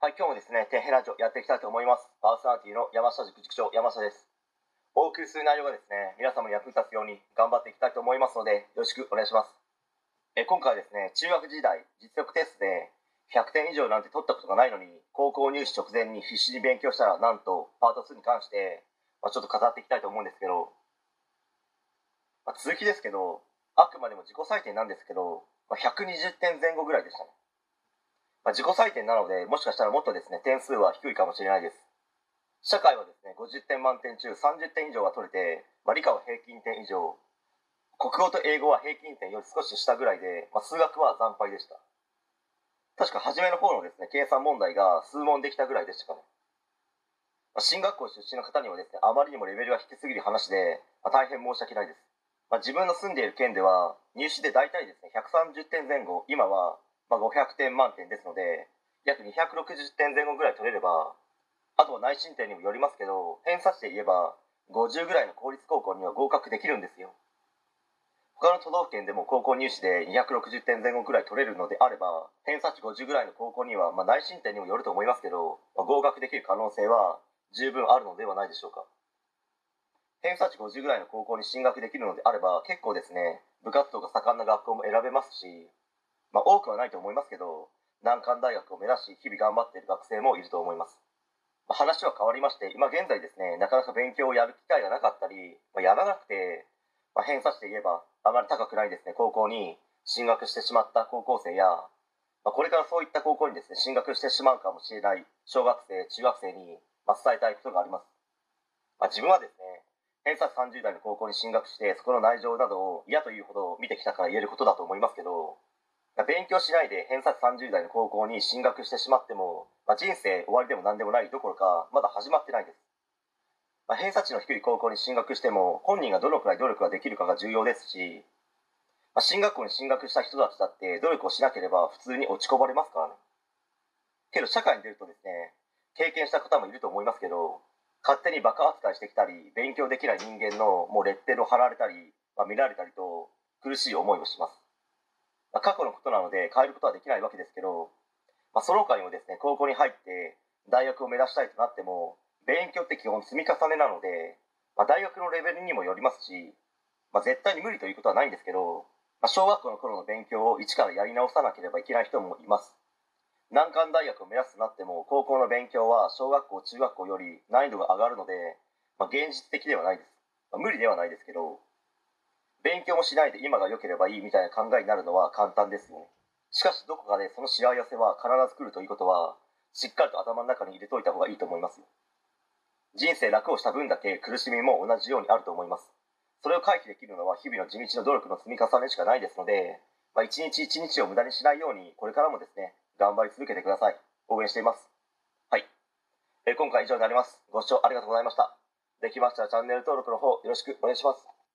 はい、今日もですね、天ヘラジオやっていきたいと思います。パーソナリティの山下塾塾長、山下です。お送りする内容がですね、皆様に役に立つように頑張っていきたいと思いますので、よろしくお願いします。今回はですね、中学時代、実力テストで100点以上なんて取ったことがないのに、高校入試直前に必死に勉強したら、なんとパート2に関して、ちょっと語っていきたいと思うんですけど、続きですけど、あくまでも自己採点なんですけど、120点前後ぐらいでしたね。自己採点なので、もしかしたらもっとですね、点数は低いかもしれないです。社会はですね、50点満点中30点以上が取れて、理科は平均点以上、国語と英語は平均点より少し下ぐらいで、数学は惨敗でした。確か初めの方のですね、計算問題が数問できたぐらいでしたかね。進学校出身の方にはですね、あまりにもレベルが低すぎる話で、大変申し訳ないです。自分の住んでいる県では、入試で大体ですね、130点前後、今は500点満点ですので、約260点前後ぐらい取れれば、あとは内申点にもよりますけど、偏差値で言えば50ぐらいの公立高校には合格できるんですよ。他の都道府県でも高校入試で260点前後ぐらい取れるのであれば、偏差値50ぐらいの高校には、内申点にもよると思いますけど、合格できる可能性は十分あるのではないでしょうか。偏差値50ぐらいの高校に進学できるのであれば、結構ですね、部活動が盛んな学校も選べますし、多くはないと思いますけど、難関大学を目指し日々頑張っている学生もいると思います。話は変わりまして、今現在ですね、なかなか勉強をやる機会がなかったり、やらなくて、偏差値で言えばあまり高くないですね、高校に進学してしまった高校生や、これからそういった高校にですね、進学してしまうかもしれない小学生、中学生に、伝えたいことがあります。自分はですね、偏差値30代の高校に進学して、そこの内情などを嫌というほど見てきたから言えることだと思いますけど、勉強しないで偏差値30代の高校に進学してしまっても、人生終わりでも何でもないどころか、まだ始まってないです。偏差値の低い高校に進学しても、本人がどのくらい努力ができるかが重要ですし、進学校に進学した人たちだって努力をしなければ普通に落ちこぼれますからね。けど社会に出るとですね、経験した方もいると思いますけど、勝手にバカ扱いしてきたり、勉強できない人間のもうレッテルを貼られたり、見られたりと苦しい思いをします。過去のことなので変えることはできないわけですけど、その他にもですね、高校に入って大学を目指したいとなっても、勉強って基本積み重ねなので、大学のレベルにもよりますし、絶対に無理ということはないんですけど、小学校の頃の勉強を一からやり直さなければいけない人もいます。難関大学を目指すとなっても、高校の勉強は小学校、中学校より難易度が上がるので、現実的ではないです。無理ではないですけど、勉強もしないで今が良ければいいみたいな考えになるのは簡単ですよね。しかしどこかでその幸せは必ず来るということは、しっかりと頭の中に入れといた方がいいと思いますよ。人生楽をした分だけ苦しみも同じようにあると思います。それを回避できるのは日々の地道な努力の積み重ねしかないですので、一日一日を無駄にしないように、これからもですね、頑張り続けてください。応援しています。はい。今回以上になります。ご視聴ありがとうございました。できましたらチャンネル登録の方よろしくお願いします。